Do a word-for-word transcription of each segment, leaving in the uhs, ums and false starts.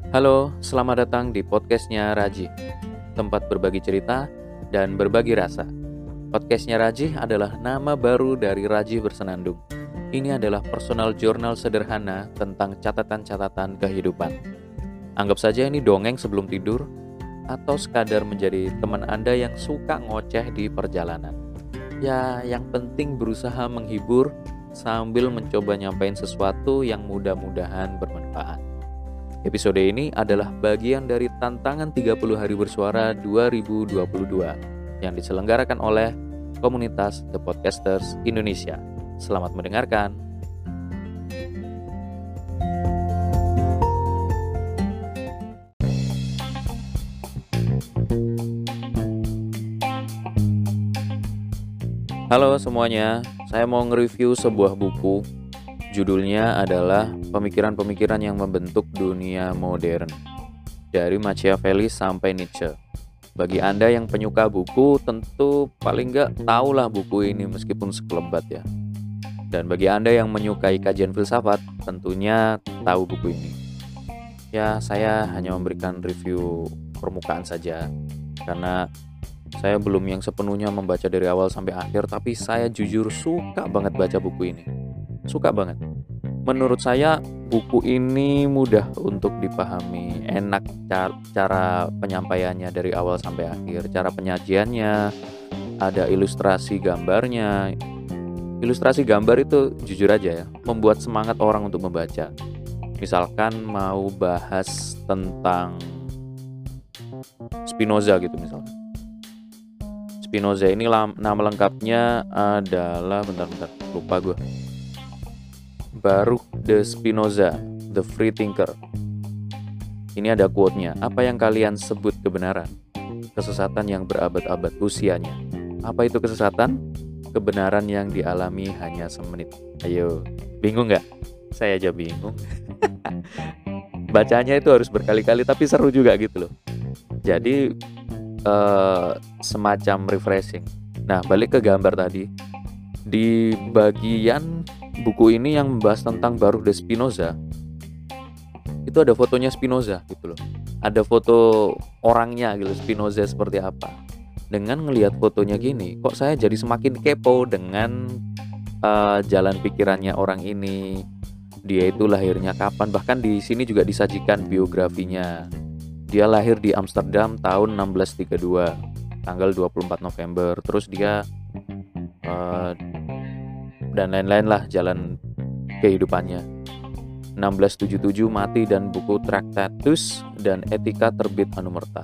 Halo, selamat datang di podcastnya Raji, tempat berbagi cerita dan berbagi rasa. Podcastnya Raji adalah nama baru dari Raji Bersenandung. Ini adalah personal journal sederhana tentang catatan-catatan kehidupan. Anggap saja ini dongeng sebelum tidur, atau sekadar menjadi teman Anda yang suka ngoceh di perjalanan. Ya, yang penting berusaha menghibur sambil mencoba nyampein sesuatu yang mudah-mudahan bermanfaat. Episode ini adalah bagian dari tantangan tiga puluh hari bersuara dua ribu dua puluh dua yang diselenggarakan oleh komunitas The Podcasters Indonesia. Selamat mendengarkan. Halo semuanya, saya mau nge-review sebuah buku. Judulnya adalah Pemikiran-pemikiran yang Membentuk Dunia Modern, dari Machiavelli sampai Nietzsche. Bagi Anda yang penyuka buku, tentu paling nggak tahulah buku ini meskipun sekelebat ya. Dan bagi Anda yang menyukai kajian filsafat, tentunya tahu buku ini. Ya, saya hanya memberikan review permukaan saja, karena saya belum yang sepenuhnya membaca dari awal sampai akhir, tapi saya jujur suka banget baca buku ini. Suka banget. Menurut saya buku ini mudah untuk dipahami, enak cara, cara penyampaiannya dari awal sampai akhir, cara penyajiannya, ada ilustrasi gambarnya. Ilustrasi gambar itu jujur aja ya, membuat semangat orang untuk membaca. Misalkan mau bahas tentang Spinoza gitu misalnya. Spinoza ini nama lengkapnya adalah bentar-bentar lupa gue. Baruch de Spinoza, The Free Thinker. Ini ada quote-nya. Apa yang kalian sebut kebenaran? Kesesatan yang berabad-abad usianya. Apa itu kesesatan? Kebenaran yang dialami hanya semenit. Ayo, bingung nggak? Saya aja bingung. Bacanya itu harus berkali-kali, tapi seru juga gitu loh. Jadi eh, semacam refreshing. Nah, balik ke gambar tadi. Di bagian buku ini yang membahas tentang Baruch de Spinoza, itu ada fotonya Spinoza gitu loh. Ada foto orangnya gitu, Spinoza seperti apa. Dengan ngelihat fotonya gini, kok saya jadi semakin kepo dengan uh, jalan pikirannya orang ini. Dia itu lahirnya kapan? Bahkan di sini juga disajikan biografinya. Dia lahir di Amsterdam tahun enam belas tiga puluh dua, tanggal dua puluh empat November. Terus dia uh, dan lain-lain lah jalan kehidupannya. enam belas tujuh puluh tujuh mati dan buku Tractatus dan Etika terbit Anumerta.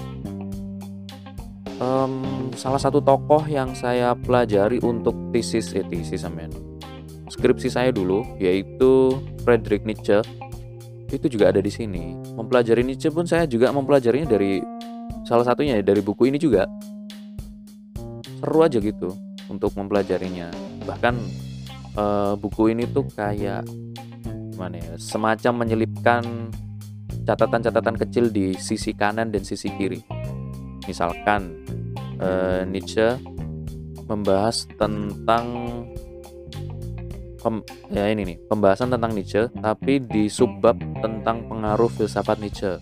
Um, salah satu tokoh yang saya pelajari untuk tesis eh, tesis amen. skripsi saya dulu, yaitu Friedrich Nietzsche. Itu juga ada di sini. Mempelajari Nietzsche pun saya juga mempelajarinya dari salah satunya dari buku ini juga. Seru aja gitu untuk mempelajarinya. Bahkan uh, buku ini tuh kayak gimana ya, semacam menyelipkan catatan-catatan kecil di sisi kanan dan sisi kiri. Misalkan uh, Nietzsche membahas tentang pem, ya ini nih pembahasan tentang Nietzsche, tapi di subbab tentang pengaruh filsafat Nietzsche.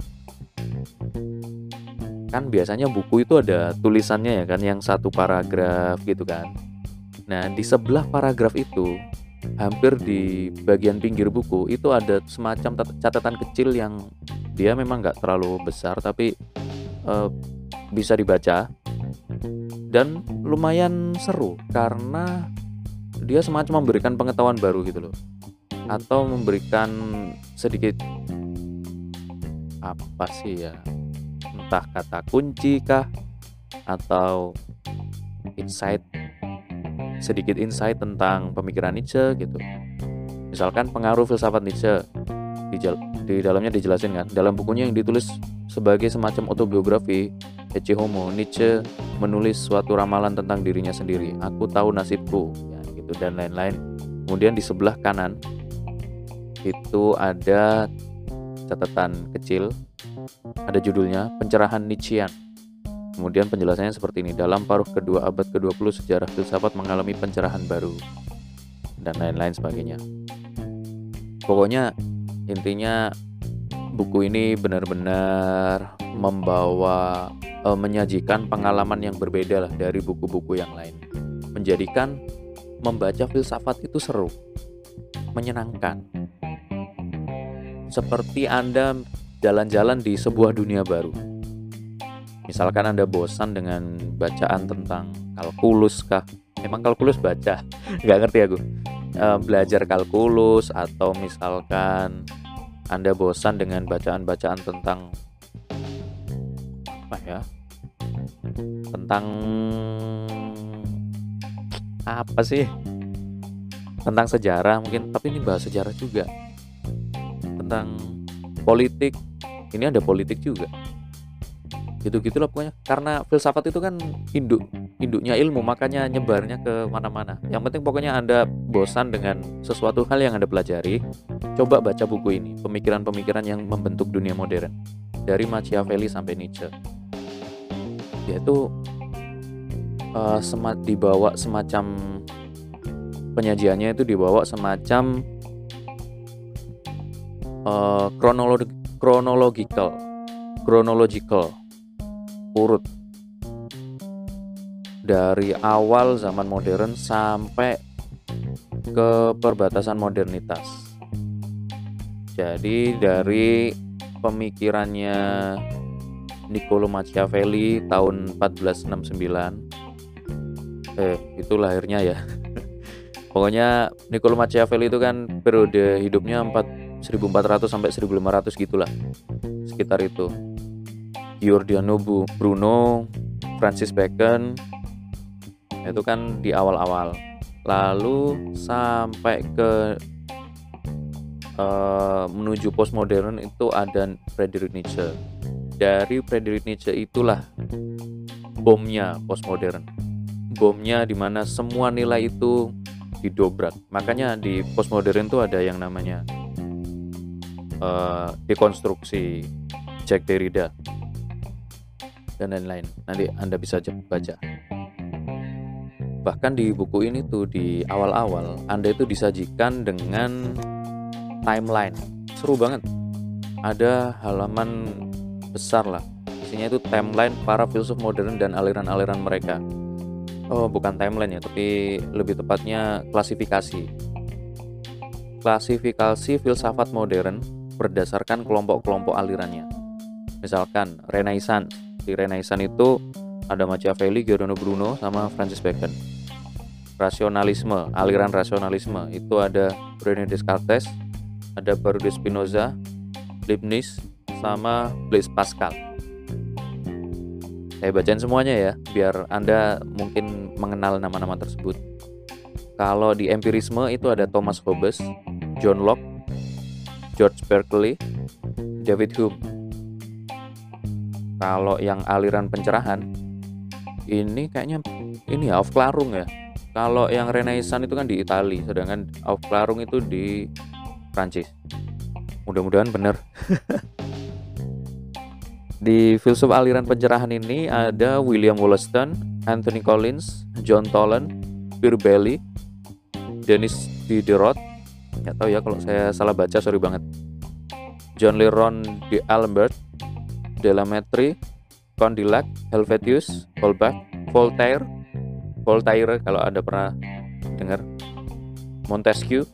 Kan biasanya buku itu ada tulisannya ya kan, yang satu paragraf gitu kan. Nah, di sebelah paragraf itu, hampir di bagian pinggir buku itu ada semacam catatan kecil yang dia memang nggak terlalu besar, tapi uh, bisa dibaca dan lumayan seru karena dia semacam memberikan pengetahuan baru gitu loh, atau memberikan sedikit apa sih ya, entah kata kunci kah atau insight, sedikit insight tentang pemikiran Nietzsche gitu. Misalkan pengaruh filsafat Nietzsche di, di dalamnya dijelasin kan, dalam bukunya yang ditulis sebagai semacam autobiografi Ecce Homo, Nietzsche menulis suatu ramalan tentang dirinya sendiri. Aku tahu nasibku ya, gitu dan lain-lain. Kemudian di sebelah kanan itu ada catatan kecil, ada judulnya Pencerahan Nietzschean. Kemudian penjelasannya seperti ini. Dalam paruh kedua abad ke dua puluh sejarah filsafat mengalami pencerahan baru dan lain-lain sebagainya. Pokoknya intinya buku ini benar-benar membawa eh, menyajikan pengalaman yang berbeda lah dari buku-buku yang lain, menjadikan membaca filsafat itu seru, menyenangkan, seperti Anda jalan-jalan di sebuah dunia baru. Misalkan Anda bosan dengan bacaan tentang kalkulus kah? Emang kalkulus baca? Nggak ngerti aku. E, belajar kalkulus, atau misalkan Anda bosan dengan bacaan-bacaan tentang apa ya? Tentang apa sih? Tentang sejarah mungkin, tapi ini bahas sejarah juga. Tentang politik, ini ada politik juga. Gitu-gitu lah pokoknya. Karena filsafat itu kan induk, induknya ilmu, makanya nyebarnya ke mana-mana. Yang penting pokoknya Anda bosan dengan sesuatu hal yang Anda pelajari, coba baca buku ini, pemikiran-pemikiran yang membentuk dunia modern, dari Machiavelli sampai Nietzsche. Yaitu uh, semat dibawa semacam penyajiannya itu dibawa semacam uh, kronologi, chronological, chronological urut dari awal zaman modern sampai ke perbatasan modernitas. Jadi dari pemikirannya Niccolo Machiavelli tahun empat belas enam puluh sembilan, eh itu lahirnya ya. Pokoknya Niccolo Machiavelli itu kan periode hidupnya seribu empat ratus sampai seribu lima ratus gitulah, sekitar itu. Giordano Bruno, Francis Bacon, itu kan di awal-awal. Lalu sampai ke uh, menuju postmodern itu ada Friedrich Nietzsche. Dari Friedrich Nietzsche itulah bomnya postmodern. Bomnya dimana semua nilai itu didobrak. Makanya di postmodern itu ada yang namanya uh, dekonstruksi, Jacques Derrida, dan lain-lain. Nanti Anda bisa baca. Bahkan di buku ini tuh di awal-awal Anda itu disajikan dengan timeline. Seru banget. Ada halaman besar lah. Isinya itu timeline para filsuf modern dan aliran-aliran mereka. Oh, bukan timeline ya, tapi lebih tepatnya klasifikasi. Klasifikasi filsafat modern berdasarkan kelompok-kelompok alirannya. Misalkan Renaissance. Di Renaissance itu ada Machiavelli, Giordano Bruno, sama Francis Bacon. Rasionalisme, aliran rasionalisme itu ada René Descartes, ada Baruch de Spinoza, Leibniz, sama Blaise Pascal. Saya bacain semuanya ya, biar Anda mungkin mengenal nama-nama tersebut. Kalau di empirisme itu ada Thomas Hobbes, John Locke, George Berkeley, David Hume. Kalau yang aliran pencerahan ini kayaknya ini ya Aufklärung ya. Kalau yang Renaissance itu kan di Italia, sedangkan Aufklärung itu di Prancis. Mudah-mudahan benar. Di filsuf aliran pencerahan ini ada William Wollaston, Anthony Collins, John Toland, Pierre Bailly, Denis Diderot. Nggak tahu ya kalau saya salah baca, sorry banget. John Leron d'Alembert, Delametre, Condillac, Helvetius, Holbach, Voltaire, Voltaire kalau ada pernah dengar, Montesquieu,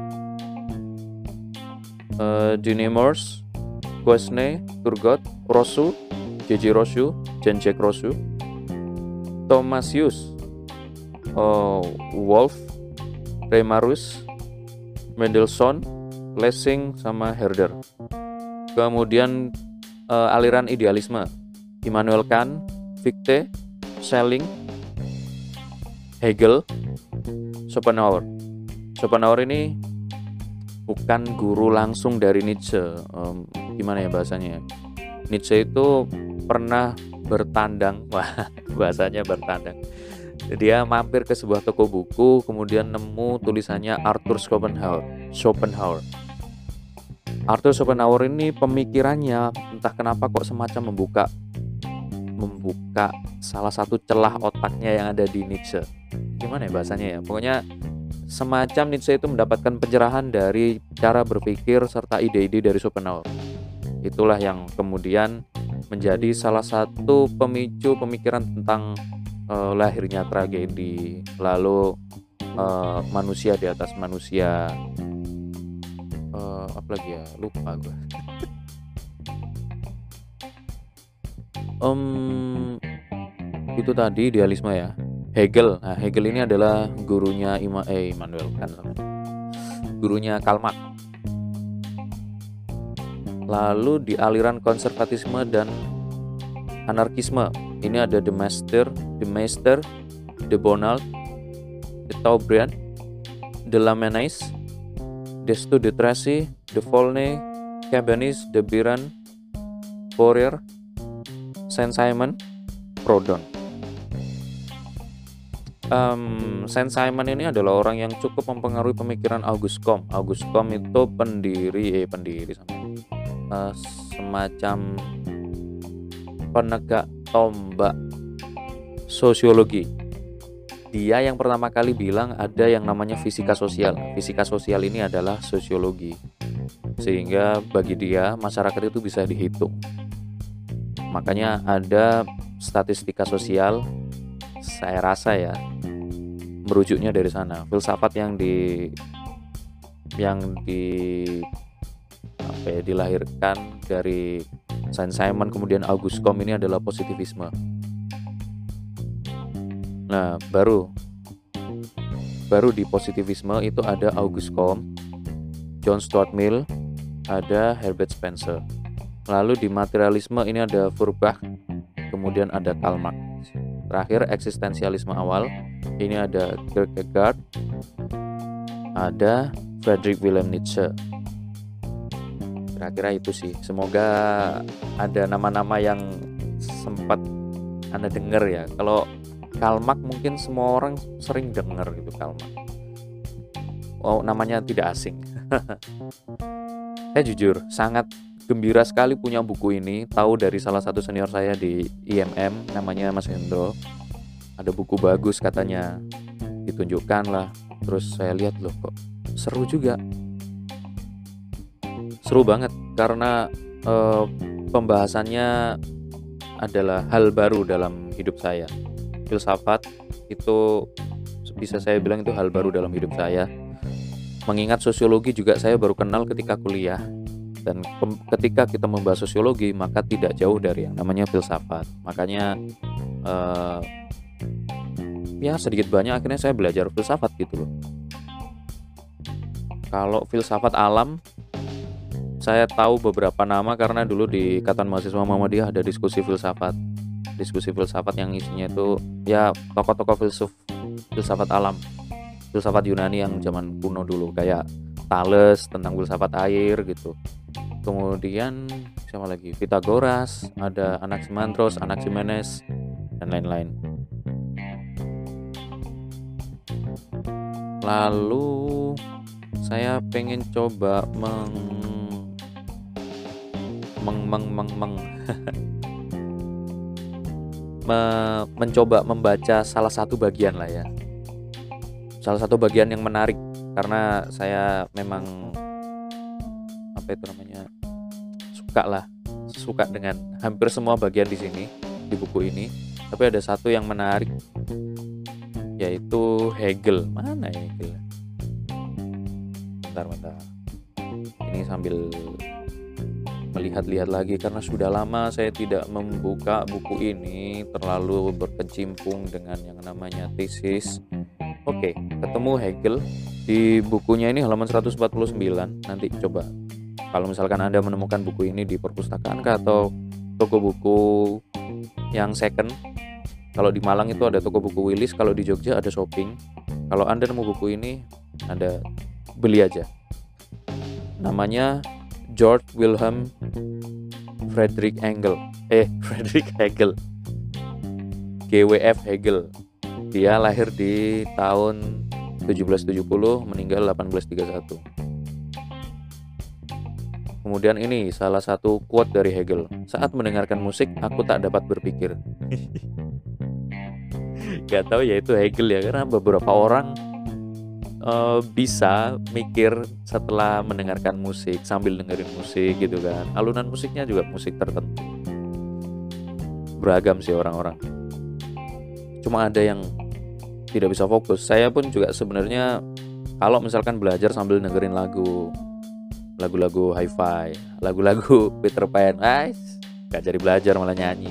uh, Denis Morse, Quesnay, Turgot, Rousseau, J J Rousseau, Jean-Jacques Rousseau, Thomasius, uh, Wolff, Reimarus, Mendelssohn, Lessing, sama Herder. Kemudian uh, aliran idealisme, Immanuel Kant, Fichte, Schelling, Hegel, Schopenhauer. Schopenhauer ini bukan guru langsung dari Nietzsche. Um, gimana ya bahasanya? Nietzsche itu pernah bertandang, wah bahasanya bertandang. Dia mampir ke sebuah toko buku, kemudian nemu tulisannya Arthur Schopenhauer. Schopenhauer. Arthur Schopenhauer ini pemikirannya entah kenapa kok semacam membuka membuka salah satu celah otaknya yang ada di Nietzsche. Gimana ya bahasanya ya? Pokoknya semacam Nietzsche itu mendapatkan pencerahan dari cara berpikir serta ide-ide dari Schopenhauer. Itulah yang kemudian menjadi salah satu pemicu pemikiran tentang uh, lahirnya tragedi, lalu uh, manusia di atas manusia, uh, apa lagi ya, lupa gue. um, itu tadi idealisme ya. Hegel, nah Hegel ini adalah gurunya Ima, eh Immanuel Kant, gurunya Karl Marx. Lalu di aliran konservatisme dan anarkisme ini ada De Master, De Meister, De Bonald, De Toubrand, De Lamennais, De Stu de Tracy, De Volney, Cabanis, De Biran, Fourier, Saint-Simon, Proudhon. Um, Saint-Simon ini adalah orang yang cukup mempengaruhi pemikiran Auguste Comte. Auguste Comte itu pendiri, eh pendiri uh, semacam penegak tombak sosiologi. Dia yang pertama kali bilang ada yang namanya fisika sosial. Fisika sosial ini adalah sosiologi, sehingga bagi dia masyarakat itu bisa dihitung. Makanya ada statistika sosial, saya rasa ya, merujuknya dari sana. Filsafat yang di yang di apa ya, dilahirkan dari Saint-Simon kemudian Auguste Comte ini adalah positivisme. Nah, baru baru di positivisme itu ada Auguste Comte, John Stuart Mill, ada Herbert Spencer. Lalu di materialisme ini ada Feuerbach, kemudian ada Karl Marx. Terakhir eksistensialisme awal, ini ada Kierkegaard, ada Friedrich Wilhelm Nietzsche. Kira-kira itu sih. Semoga ada nama-nama yang sempat Anda dengar ya. Kalau Karl Marx mungkin semua orang sering dengar gitu, Karl Marx. Oh, namanya tidak asing. Saya jujur sangat gembira sekali punya buku ini. Tahu dari salah satu senior saya di I M M, namanya Mas Hendro. Ada buku bagus katanya, ditunjukkan lah. Terus saya lihat, loh kok seru juga. Seru banget karena eh, pembahasannya adalah hal baru dalam hidup saya. Filsafat itu bisa saya bilang itu hal baru dalam hidup saya. Mengingat sosiologi juga saya baru kenal ketika kuliah. Dan ketika kita membahas sosiologi, maka tidak jauh dari yang namanya filsafat. Makanya eh, ya sedikit banyak akhirnya saya belajar filsafat gitu loh. Kalau filsafat alam, saya tahu beberapa nama karena dulu di Ikatan Mahasiswa Muhammadiyah ada diskusi filsafat. Diskusi filsafat yang isinya itu ya tokoh-tokoh filsuf filsafat alam, filsafat Yunani yang zaman kuno dulu, kayak Thales tentang filsafat air gitu. Kemudian siapa lagi? Pythagoras, ada Anaximandros, Anaximenes, dan lain-lain. Lalu saya pengen coba meng meng meng meng, meng. Me- mencoba membaca salah satu bagian lah ya. Salah satu bagian yang menarik karena saya memang apa itu namanya? suka lah, suka dengan hampir semua bagian di sini di buku ini. Tapi ada satu yang menarik, yaitu Hegel. Mana ya Hegel? Bentar-bentar. Ini sambil melihat-lihat lagi karena sudah lama saya tidak membuka buku ini, terlalu berkecimpung dengan yang namanya tesis. Oke, ketemu Hegel di bukunya ini halaman seratus empat puluh sembilan. Nanti coba kalau misalkan Anda menemukan buku ini di perpustakaan atau toko buku yang second. Kalau di Malang itu ada toko buku Willis, kalau di Jogja ada Shopping. Kalau Anda nemu buku ini, Anda beli aja. Namanya George Wilhelm Friedrich Engel. Eh, Friedrich Hegel. G W F Hegel. Dia lahir di tahun tujuh belas tujuh puluh, meninggal delapan belas tiga puluh satu. Kemudian ini salah satu quote dari Hegel. Saat mendengarkan musik, aku tak dapat berpikir. Gak tahu ya itu Hegel ya, karena beberapa orang uh, bisa mikir setelah mendengarkan musik, sambil dengerin musik gitu kan. Alunan musiknya juga musik tertentu. Beragam sih orang-orang. Cuma ada yang tidak bisa fokus. Saya pun juga sebenarnya kalau misalkan belajar sambil dengerin lagu, lagu-lagu hi-fi, lagu-lagu Peter Pan, guys, gak jadi belajar malah nyanyi.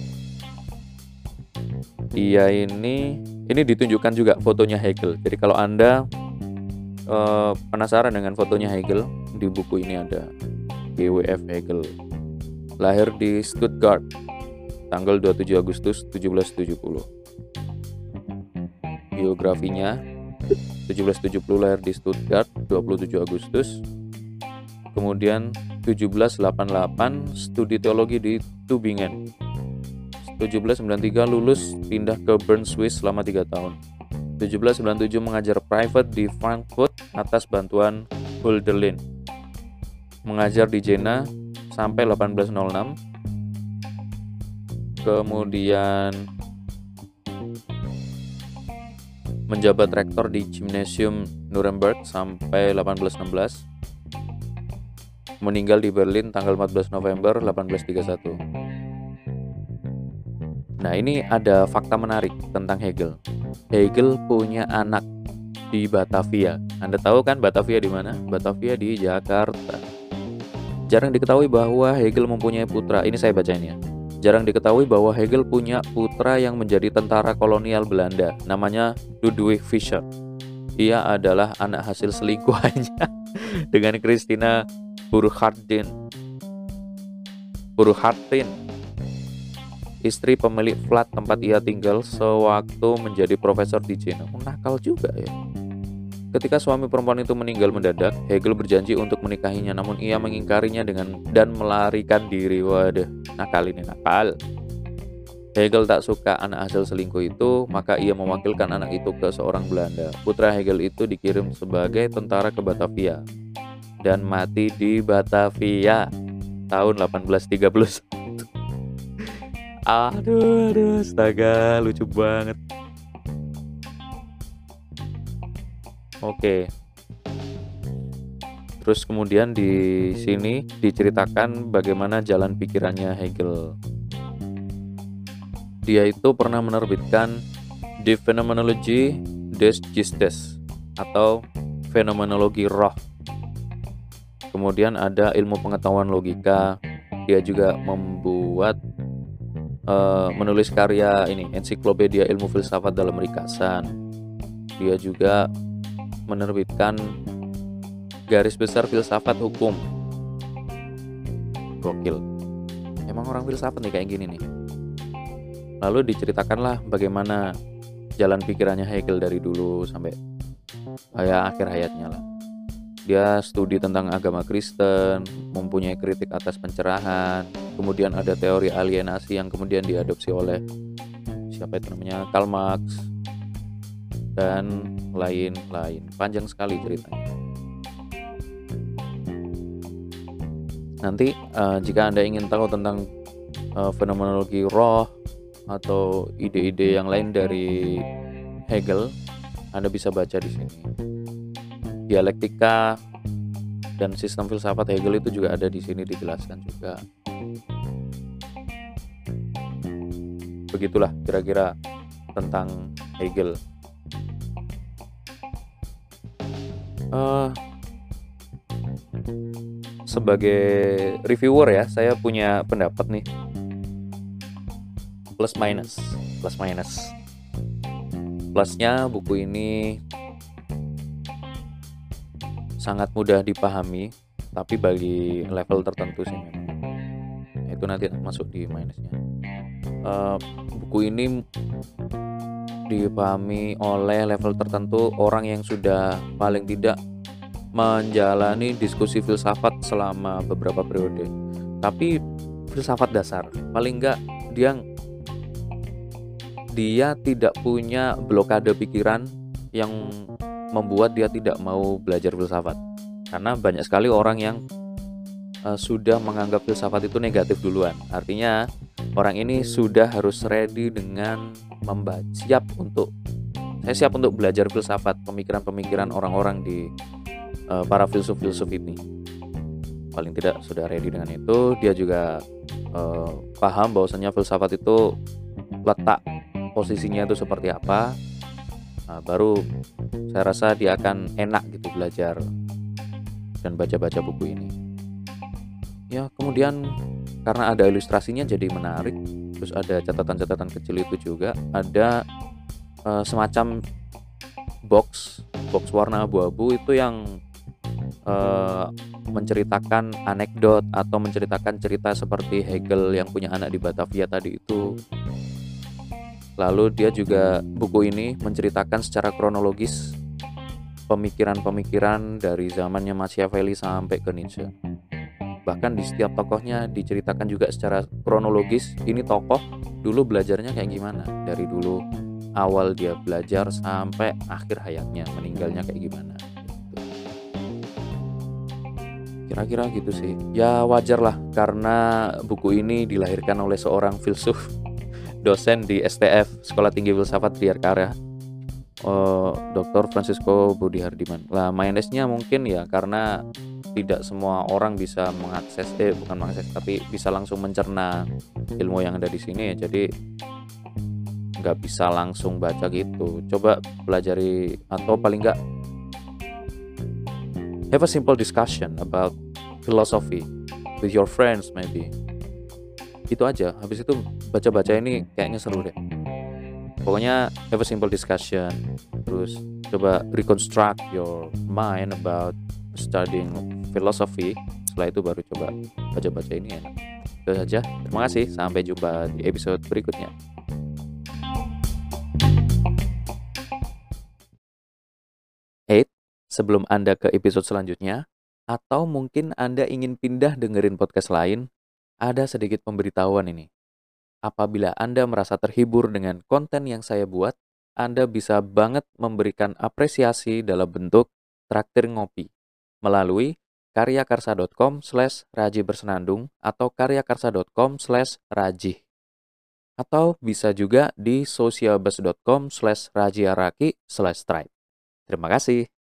Dia ini ini ditunjukkan juga fotonya Hegel. Jadi kalau Anda uh, penasaran dengan fotonya Hegel, di buku ini ada G W F Hegel. Lahir di Stuttgart tanggal dua puluh tujuh Agustus tujuh belas tujuh puluh. Biografinya tujuh belas tujuh puluh lahir di Stuttgart, dua puluh tujuh Agustus. Kemudian tujuh belas delapan puluh delapan studi teologi di Tübingen. tujuh belas sembilan puluh tiga lulus, pindah ke Bern, Swiss selama tiga tahun. tujuh belas sembilan puluh tujuh mengajar private di Frankfurt atas bantuan Hölderlin. Mengajar di Jena sampai delapan belas nol enam. Kemudian menjabat rektor di Gymnasium Nuremberg sampai delapan belas enam belas. Meninggal di Berlin tanggal empat belas November delapan belas tiga puluh satu. Nah, ini ada fakta menarik tentang Hegel. Hegel punya anak di Batavia. Anda tahu kan Batavia di mana? Batavia di Jakarta. Jarang diketahui bahwa Hegel mempunyai putra. Ini saya bacain ya. Jarang diketahui bahwa Hegel punya putra yang menjadi tentara kolonial Belanda. Namanya Ludwig Fischer. Ia adalah anak hasil selingkuhannya dengan Christina Burchardin. Burchardin, istri pemilik flat tempat ia tinggal sewaktu menjadi profesor di Jena. Nakal juga ya. Ketika suami perempuan itu meninggal mendadak, Hegel berjanji untuk menikahinya, namun ia mengingkarinya dengan dan melarikan diri. Waduh, nakal ini nakal. Hegel tak suka anak hasil selingkuh itu, maka ia mewakilkan anak itu ke seorang Belanda. Putra Hegel itu dikirim sebagai tentara ke Batavia dan mati di Batavia tahun delapan belas tiga puluh satu. Aduh, aduh, astaga, lucu banget. Oke. Terus kemudian di sini diceritakan bagaimana jalan pikirannya Hegel. Dia itu pernah menerbitkan Die Phänomenologie des Geistes atau fenomenologi roh. Kemudian ada ilmu pengetahuan logika. Dia juga membuat uh, menulis karya ini, ensiklopedia ilmu filsafat dalam ringkasan. Dia juga menerbitkan garis besar filsafat hukum. Gokil. Emang orang filsafat nih kayak gini nih. Lalu diceritakanlah bagaimana jalan pikirannya Hegel dari dulu sampai ya, akhir hayatnya lah. Dia studi tentang agama Kristen, mempunyai kritik atas pencerahan, kemudian ada teori alienasi yang kemudian diadopsi oleh siapa itu namanya, Karl Marx, dan lain-lain. Panjang sekali ceritanya. Nanti uh, jika Anda ingin tahu tentang uh, fenomenologi roh atau ide-ide yang lain dari Hegel, Anda bisa baca di sini. Dialektika dan sistem filsafat Hegel itu juga ada di sini dijelaskan juga. Begitulah kira-kira tentang Hegel. Uh, sebagai reviewer ya, saya punya pendapat nih. Plus minus, plus minus. Plusnya buku ini sangat mudah dipahami, tapi bagi level tertentu sih memang. Itu nanti masuk di minusnya. Uh, buku ini dipahami oleh level tertentu orang yang sudah paling tidak menjalani diskusi filsafat selama beberapa periode. Tapi filsafat dasar, paling enggak dia dia tidak punya blokade pikiran yang membuat dia tidak mau belajar filsafat. Karena banyak sekali orang yang uh, sudah menganggap filsafat itu negatif duluan. Artinya orang ini sudah harus ready dengan membaca, siap untuk saya siap untuk belajar filsafat, pemikiran-pemikiran orang-orang di uh, para filsuf-filsuf ini. Paling tidak sudah ready dengan itu. Dia juga uh, paham bahwasanya filsafat itu letak posisinya itu seperti apa. Nah, baru saya rasa dia akan enak gitu belajar dan baca-baca buku ini. Ya, kemudian karena ada ilustrasinya jadi menarik. Terus ada catatan-catatan kecil itu juga. Ada uh, semacam box, box warna abu-abu itu yang uh, menceritakan anekdot atau menceritakan cerita seperti Hegel yang punya anak di Batavia tadi itu. Lalu dia juga, buku ini menceritakan secara kronologis pemikiran-pemikiran dari zamannya Machiavelli sampai ke Nietzsche. Bahkan di setiap tokohnya diceritakan juga secara kronologis, ini tokoh dulu belajarnya kayak gimana, dari dulu awal dia belajar sampai akhir hayatnya, meninggalnya kayak gimana. Kira-kira gitu sih. Ya wajar lah, karena buku ini dilahirkan oleh seorang filsuf, dosen di S T F, Sekolah Tinggi Filsafat Triarkara, oh, doktor Francisco Budi Hardiman. Lah minusnya mungkin ya karena tidak semua orang bisa mengakses, eh bukan mengakses, tapi bisa langsung mencerna ilmu yang ada di sini ya. Jadi nggak bisa langsung baca gitu. Coba pelajari atau paling nggak have a simple discussion about philosophy with your friends maybe. Itu aja. Habis itu baca-baca ini kayaknya seru deh. Pokoknya have a simple discussion. Terus coba reconstruct your mind about studying philosophy. Setelah itu baru coba baca-baca ini enak. Itu saja. Terima kasih. Sampai jumpa di episode berikutnya. Hey, sebelum Anda ke episode selanjutnya, atau mungkin Anda ingin pindah dengerin podcast lain, ada sedikit pemberitahuan ini. Apabila Anda merasa terhibur dengan konten yang saya buat, Anda bisa banget memberikan apresiasi dalam bentuk traktir ngopi melalui karyakarsa.com slash raji bersenandung atau karyakarsa.com slash raji. Atau bisa juga di socialbus.com slash rajiaraki slash stripe. Terima kasih.